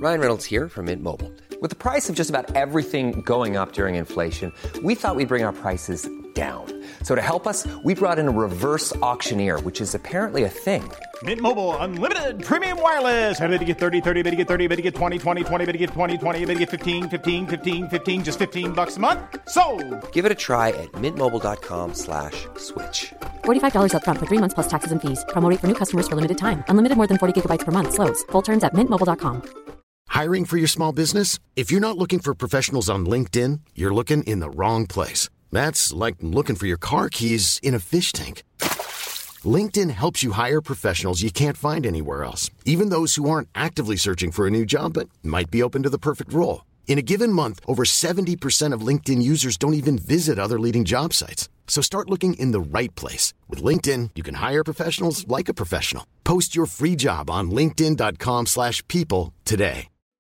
Ryan Reynolds here from Mint Mobile. With the price of just about everything going up during inflation, we thought we'd bring our prices down. So to help us, we brought in a reverse auctioneer, which is apparently a thing. Mint Mobile Unlimited Premium Wireless. How to get 30, 30, bit to get 30, bit to get 20, 20, 20, bit to get 20, 20, bit to get 15, 15, 15, 15, just $15 a month? Sold! Give it a try at mintmobile.com/switch. $45 up front for 3 months plus taxes and fees. Promo rate for new customers for limited time. Unlimited more than 40 gigabytes per month. Slows full terms at mintmobile.com. Hiring for your small business? If you're not looking for professionals on LinkedIn, you're looking in the wrong place. That's like looking for your car keys in a fish tank. LinkedIn helps you hire professionals you can't find anywhere else, even those who aren't actively searching for a new job but might be open to the perfect role. In a given month, over 70% of LinkedIn users don't even visit other leading job sites. So start looking in the right place. With LinkedIn, you can hire professionals like a professional. Post your free job on linkedin.com/people today.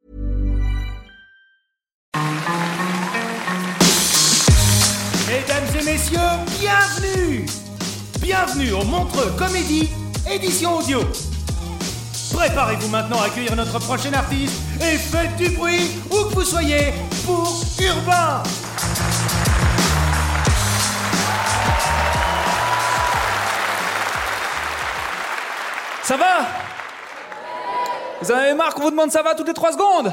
Mesdames et messieurs, bienvenue! Bienvenue au Montreux Comédie, édition audio. Préparez-vous maintenant à accueillir notre prochain artiste et faites du bruit où que vous soyez pour Urbain. Ça va? Vous en avez marre qu'on vous demande ça va toutes les 3 secondes?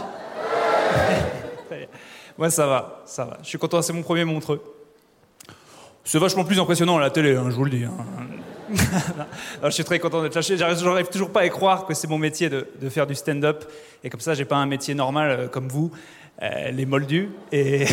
Moi ça va. Je suis content, c'est mon premier Montreux. C'est vachement plus impressionnant à la télé, je vous le dis. Non, je suis très content d'être là. J'arrive toujours pas à y croire que c'est mon métier de faire du stand-up. Et comme ça, j'ai pas un métier normal comme vous, les moldus. Et...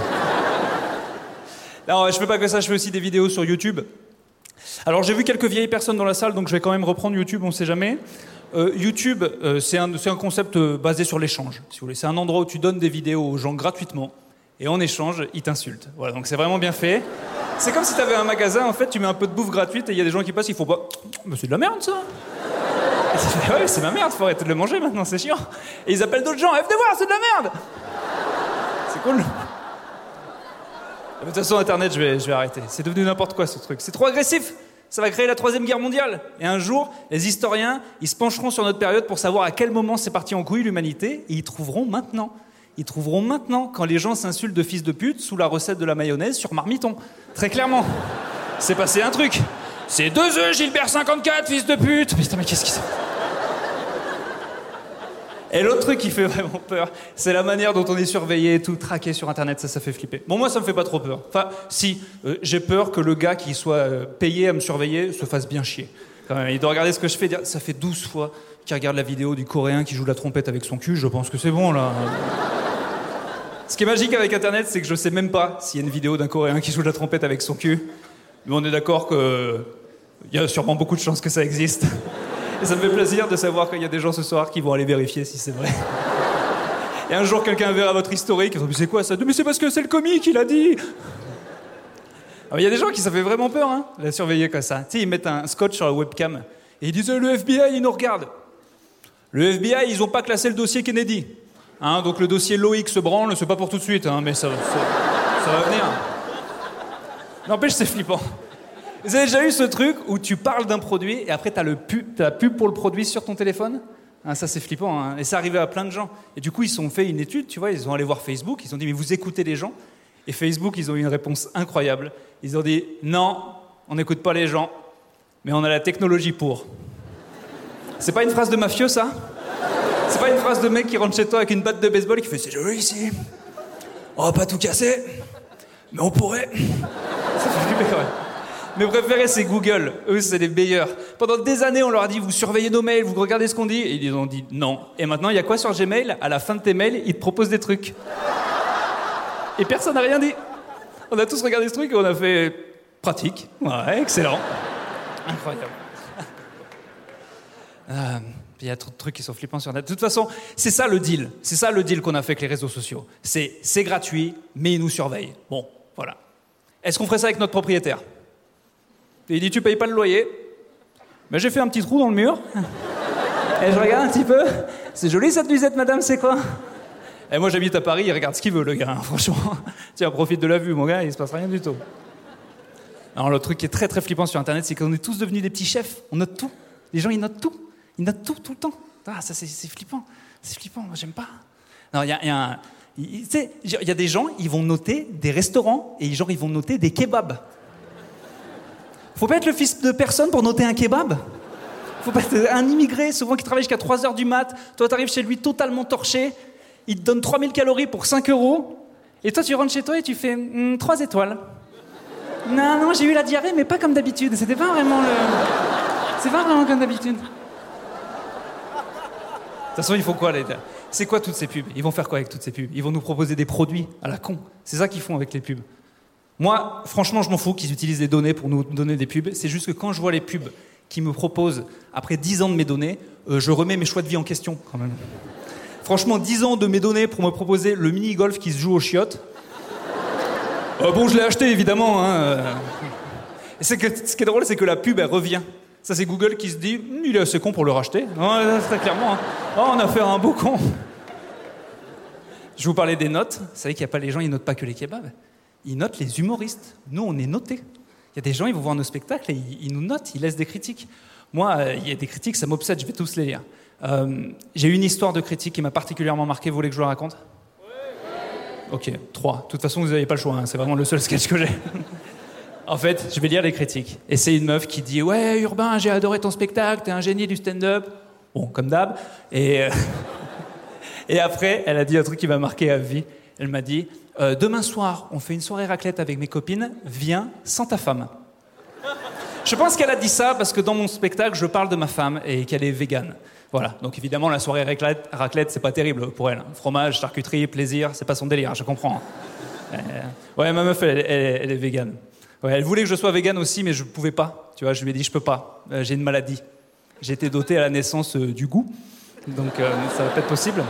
non, je fais pas que ça, je fais aussi des vidéos sur YouTube. Alors j'ai vu quelques vieilles personnes dans la salle, donc je vais quand même reprendre YouTube, on sait jamais. YouTube, c'est un concept basé sur l'échange, si vous voulez. C'est un endroit où tu donnes des vidéos aux gens gratuitement, et en échange, ils t'insultent. Voilà, donc c'est vraiment bien fait. C'est comme si t'avais un magasin, en fait, tu mets un peu de bouffe gratuite, et il y a des gens qui passent, ils font pas... Mais c'est de la merde, ça. Et tu fais, ouais, c'est ma merde, faut arrêter de le manger maintenant, c'est chiant. Et ils appellent d'autres gens, venez voir, c'est de la merde. C'est cool. De toute façon, Internet, je vais arrêter. C'est devenu n'importe quoi, ce truc. C'est trop agressif. Ça va créer la 3e guerre mondiale. Et un jour, les historiens, ils se pencheront sur notre période pour savoir à quel moment c'est parti en couille l'humanité, et ils trouveront maintenant. Ils trouveront maintenant quand les gens s'insultent de fils de pute sous la recette de la mayonnaise sur marmiton. Très clairement. C'est passé un truc. C'est 2 œufs, Gilbert 54, fils de pute. Putain, mais qu'est-ce qui se... Et l'autre truc qui fait vraiment peur, c'est la manière dont on est surveillé et tout, traqué sur Internet, ça fait flipper. Bon, moi, ça me fait pas trop peur. Enfin, si, j'ai peur que le gars qui soit payé à me surveiller se fasse bien chier. Quand même, il doit regarder ce que je fais, dire, ça fait 12 fois qu'il regarde la vidéo du Coréen qui joue la trompette avec son cul, je pense que c'est bon, là. Ce qui est magique avec Internet, c'est que je sais même pas s'il y a une vidéo d'un Coréen qui joue de la trompette avec son cul. Mais on est d'accord qu'il y a sûrement beaucoup de chances que ça existe. Et ça me fait plaisir de savoir qu'il y a des gens ce soir qui vont aller vérifier si c'est vrai. Et un jour, quelqu'un verra votre historique et se dit, mais c'est quoi ça? Mais c'est parce que c'est le comique, il a dit. Alors, il y a des gens qui ça fait vraiment peur, la surveiller comme ça. Tu sais, ils mettent un scotch sur la webcam et ils disent, le FBI, il nous regarde. Le FBI, ils ont pas classé le dossier Kennedy. Donc le dossier Loïc se branle, c'est pas pour tout de suite, mais ça va venir. N'empêche, c'est flippant. Vous avez déjà eu ce truc où tu parles d'un produit et après t'as la pub pour le produit sur ton téléphone? Ça c'est flippant, et ça arrivait à plein de gens. Et du coup ils ont fait une étude, tu vois, ils ont allé voir Facebook, ils ont dit mais vous écoutez les gens? Et Facebook ils ont eu une réponse incroyable. Ils ont dit non, on n'écoute pas les gens, mais on a la technologie pour. C'est pas une phrase de mafieux ça? C'est pas une phrase de mec qui rentre chez toi avec une batte de baseball qui fait c'est joli ici. On va pas tout casser, mais on pourrait. Ça fait flipper quand même. Mes préférés, c'est Google. Eux, c'est les meilleurs. Pendant des années, on leur a dit, vous surveillez nos mails, vous regardez ce qu'on dit. Et ils ont dit non. Et maintenant, il y a quoi sur Gmail? À la fin de tes mails, ils te proposent des trucs. Et personne n'a rien dit. On a tous regardé ce truc et on a fait pratique. Ouais, excellent. Incroyable. Il y a trop de trucs qui sont flippants sur Internet. De toute façon, c'est ça le deal. C'est ça le deal qu'on a fait avec les réseaux sociaux. C'est gratuit, mais ils nous surveillent. Bon, voilà. Est-ce qu'on ferait ça avec notre propriétaire? Et il dit, tu payes pas le loyer? Mais j'ai fait un petit trou dans le mur. Et je regarde un petit peu. C'est joli cette nuisette, madame, c'est quoi? Et moi, j'habite à Paris, il regarde ce qu'il veut, le gars, franchement. Tiens, profite de la vue, mon gars, il se passe rien du tout. Alors, le truc qui est très, très flippant sur Internet, c'est qu'on est tous devenus des petits chefs. On note tout. Les gens, ils notent tout. Ils notent tout, tout le temps. Ça, c'est flippant. C'est flippant, moi j'aime pas. Non, il y a des gens, ils vont noter des restaurants et genre ils vont noter des kebabs. Faut pas être le fils de personne pour noter un kebab. Faut pas être un immigré, souvent qui travaille jusqu'à 3h du mat. Toi, t'arrives chez lui totalement torché. Il te donne 3000 calories pour 5 €. Et toi, tu rentres chez toi et tu fais 3 étoiles. Non, j'ai eu la diarrhée, mais pas comme d'habitude. C'est pas vraiment comme d'habitude. De toute façon, il faut quoi, les gars ? C'est quoi toutes ces pubs ? Ils vont faire quoi avec toutes ces pubs ? Ils vont nous proposer des produits à la con. C'est ça qu'ils font avec les pubs. Moi, franchement, je m'en fous qu'ils utilisent les données pour nous donner des pubs. C'est juste que quand je vois les pubs qui me proposent, après 10 ans de mes données, je remets mes choix de vie en question, quand même. Franchement, 10 ans de mes données pour me proposer le mini-golf qui se joue aux chiottes. Bon, je l'ai acheté, évidemment. Et ce qui est drôle, c'est que la pub, elle revient. Ça, c'est Google qui se dit « Il est assez con pour le racheter. » Très clairement. On a fait un beau con. Je vous parlais des notes. Vous savez qu'il n'y a pas les gens, ils notent pas que les kebabs. Ils notent les humoristes. Nous, on est notés. Il y a des gens, ils vont voir nos spectacles et ils nous notent, ils laissent des critiques. Moi, il y a des critiques, ça m'obsède, je vais tous les lire. J'ai eu une histoire de critique qui m'a particulièrement marqué. Vous voulez que je la raconte ? Ok, 3. De toute façon, vous n'avez pas le choix, hein. C'est vraiment le seul sketch que j'ai. En fait, je vais lire les critiques. Et c'est une meuf qui dit « Ouais, Urbain, j'ai adoré ton spectacle, t'es un génie du stand-up. » Bon, comme d'hab. Et après, elle a dit un truc qui m'a marqué à vie. Elle m'a dit « Demain soir, on fait une soirée raclette avec mes copines. Viens sans ta femme. » Je pense qu'elle a dit ça parce que dans mon spectacle, je parle de ma femme et qu'elle est végane. Voilà. Donc évidemment, la soirée raclette, c'est pas terrible pour elle. Fromage, charcuterie, plaisir, c'est pas son délire, je comprends. Ouais, ma meuf, elle est végane. Ouais, elle voulait que je sois végane aussi, mais je pouvais pas. Tu vois, je lui ai dit, je peux pas. J'ai une maladie. J'ai été doté à la naissance du goût. Donc ça va pas être possible.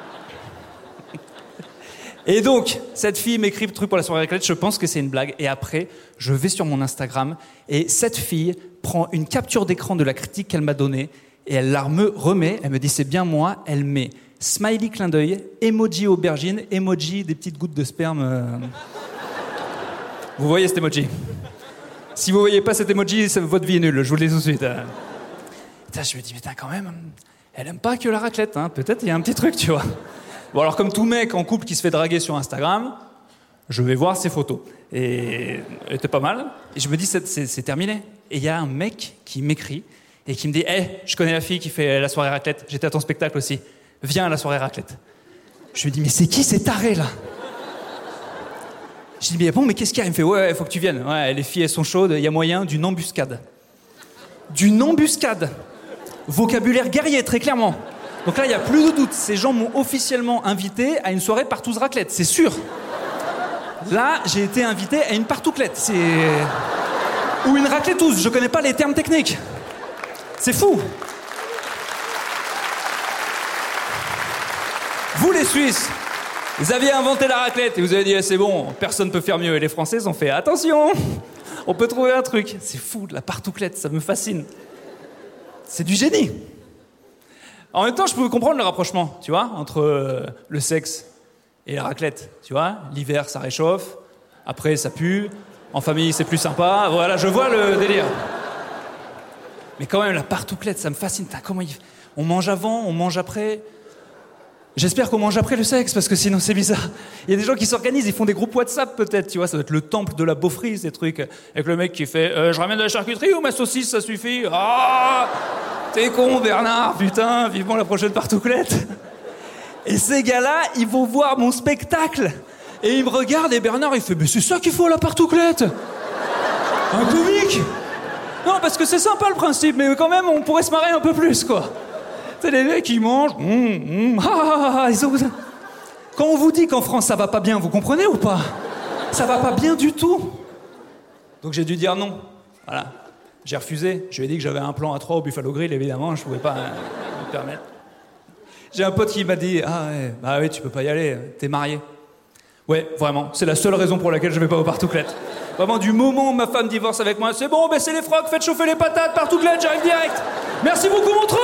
Et donc, cette fille m'écrit le truc pour la soirée raclette, je pense que c'est une blague. Et après, je vais sur mon Instagram et cette fille prend une capture d'écran de la critique qu'elle m'a donnée et elle la remet, elle me dit c'est bien moi, elle met smiley clin d'œil, emoji aubergine, emoji des petites gouttes de sperme. Vous voyez cet emoji ? Si vous voyez pas cet emoji, votre vie est nulle, je vous le dis tout de suite. Putain, je me dis, putain, quand même, elle aime pas que la raclette, hein. Peut-être il y a un petit truc, tu vois. Bon, alors comme tout mec en couple qui se fait draguer sur Instagram, je vais voir ses photos. Et elle était pas mal. Et je me dis, c'est terminé. Et il y a un mec qui m'écrit et qui me dit « Hey, je connais la fille qui fait la soirée raclette. J'étais à ton spectacle aussi. Viens à la soirée raclette. » Je lui dis « Mais c'est qui ces tarés, là ?» Je dis « Mais qu'est-ce qu'il y a ?» Il me fait « Ouais, il faut que tu viennes. Ouais, les filles, elles sont chaudes. Il y a moyen d'une embuscade. » D'une embuscade. Vocabulaire guerrier, très clairement. Donc là, il n'y a plus de doute. Ces gens m'ont officiellement invité à une soirée partouze raclette, c'est sûr. Là, j'ai été invité à une partouclette. Ou une racletouze, je connais pas les termes techniques. C'est fou. Vous, les Suisses, vous aviez inventé la raclette et vous avez dit c'est bon, personne ne peut faire mieux. Et les Français ont fait attention, on peut trouver un truc. C'est fou, la partouclette, ça me fascine. C'est du génie. En même temps, je peux comprendre le rapprochement, tu vois, entre le sexe et la raclette. Tu vois, l'hiver, ça réchauffe. Après, ça pue. En famille, c'est plus sympa. Voilà, je vois le délire. Mais quand même, la partouclette, ça me fascine. Comment on mange avant, on mange après. J'espère qu'on mange après le sexe, parce que sinon, c'est bizarre. Il y a des gens qui s'organisent, ils font des groupes WhatsApp, peut-être, tu vois. Ça doit être le temple de la beaufrie, ces trucs. Avec le mec qui fait je ramène de la charcuterie ou ma saucisse, ça suffit. Ah, t'es con, Bernard, putain, vivement la prochaine partouclette. Et ces gars-là, ils vont voir mon spectacle. Et ils me regardent, et Bernard, il fait mais c'est ça qu'il faut, la partouclette. Un comique. Non, parce que c'est sympa le principe, mais quand même, on pourrait se marrer un peu plus, quoi. C'est les mecs qui mangent. Quand on vous dit qu'en France, ça va pas bien, vous comprenez ou pas? Ça va pas bien du tout. Donc j'ai dû dire non. Voilà. J'ai refusé. Je lui ai dit que j'avais un plan à 3 au Buffalo Grill, évidemment, je pouvais pas me permettre. J'ai un pote qui m'a dit bah oui, tu peux pas y aller, t'es marié. Ouais, vraiment, c'est la seule raison pour laquelle je vais pas aux partouclettes. Vraiment, du moment où ma femme divorce avec moi, c'est bon, baissez les frocs, faites chauffer les patates, partouclettes, j'arrive direct. Merci beaucoup, Montreux.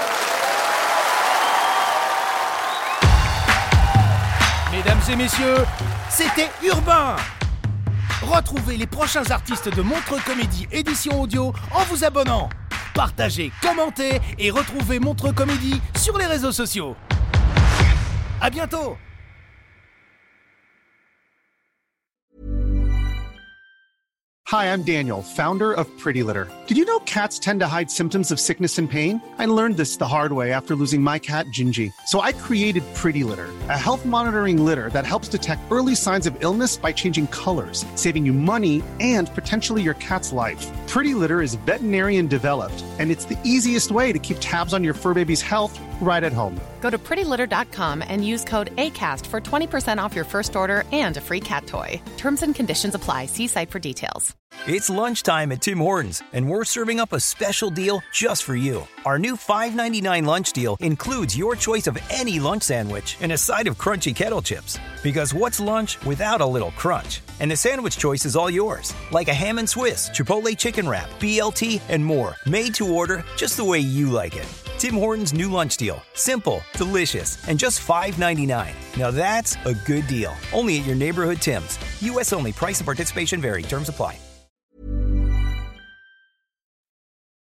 Mesdames et messieurs, c'était Urbain. Retrouvez les prochains artistes de Montreux Comédie édition audio en vous abonnant. Partagez, commentez et retrouvez Montreux Comédie sur les réseaux sociaux. À bientôt! Hi, I'm Daniel, founder of Pretty Litter. Did you know cats tend to hide symptoms of sickness and pain? I learned this the hard way after losing my cat, Gingy. So I created Pretty Litter, a health monitoring litter that helps detect early signs of illness by changing colors, saving you money and potentially your cat's life. Pretty Litter is veterinarian developed, and it's the easiest way to keep tabs on your fur baby's health right at home. Go to prettylitter.com and use code ACAST for 20% off your first order and a free cat toy. Terms and conditions apply. See site for details. It's lunchtime at Tim Hortons, and we're serving up a special deal just for you. Our new $5.99 lunch deal includes your choice of any lunch sandwich and a side of crunchy kettle chips. Because what's lunch without a little crunch? And the sandwich choice is all yours, like a ham and Swiss, Chipotle chicken wrap, BLT, and more, made to order just the way you like it. Tim Hortons' new lunch deal. Simple, delicious, and just $5.99. Now that's a good deal. Only at your neighborhood Tim's. U.S. only. Price and participation vary. Terms apply.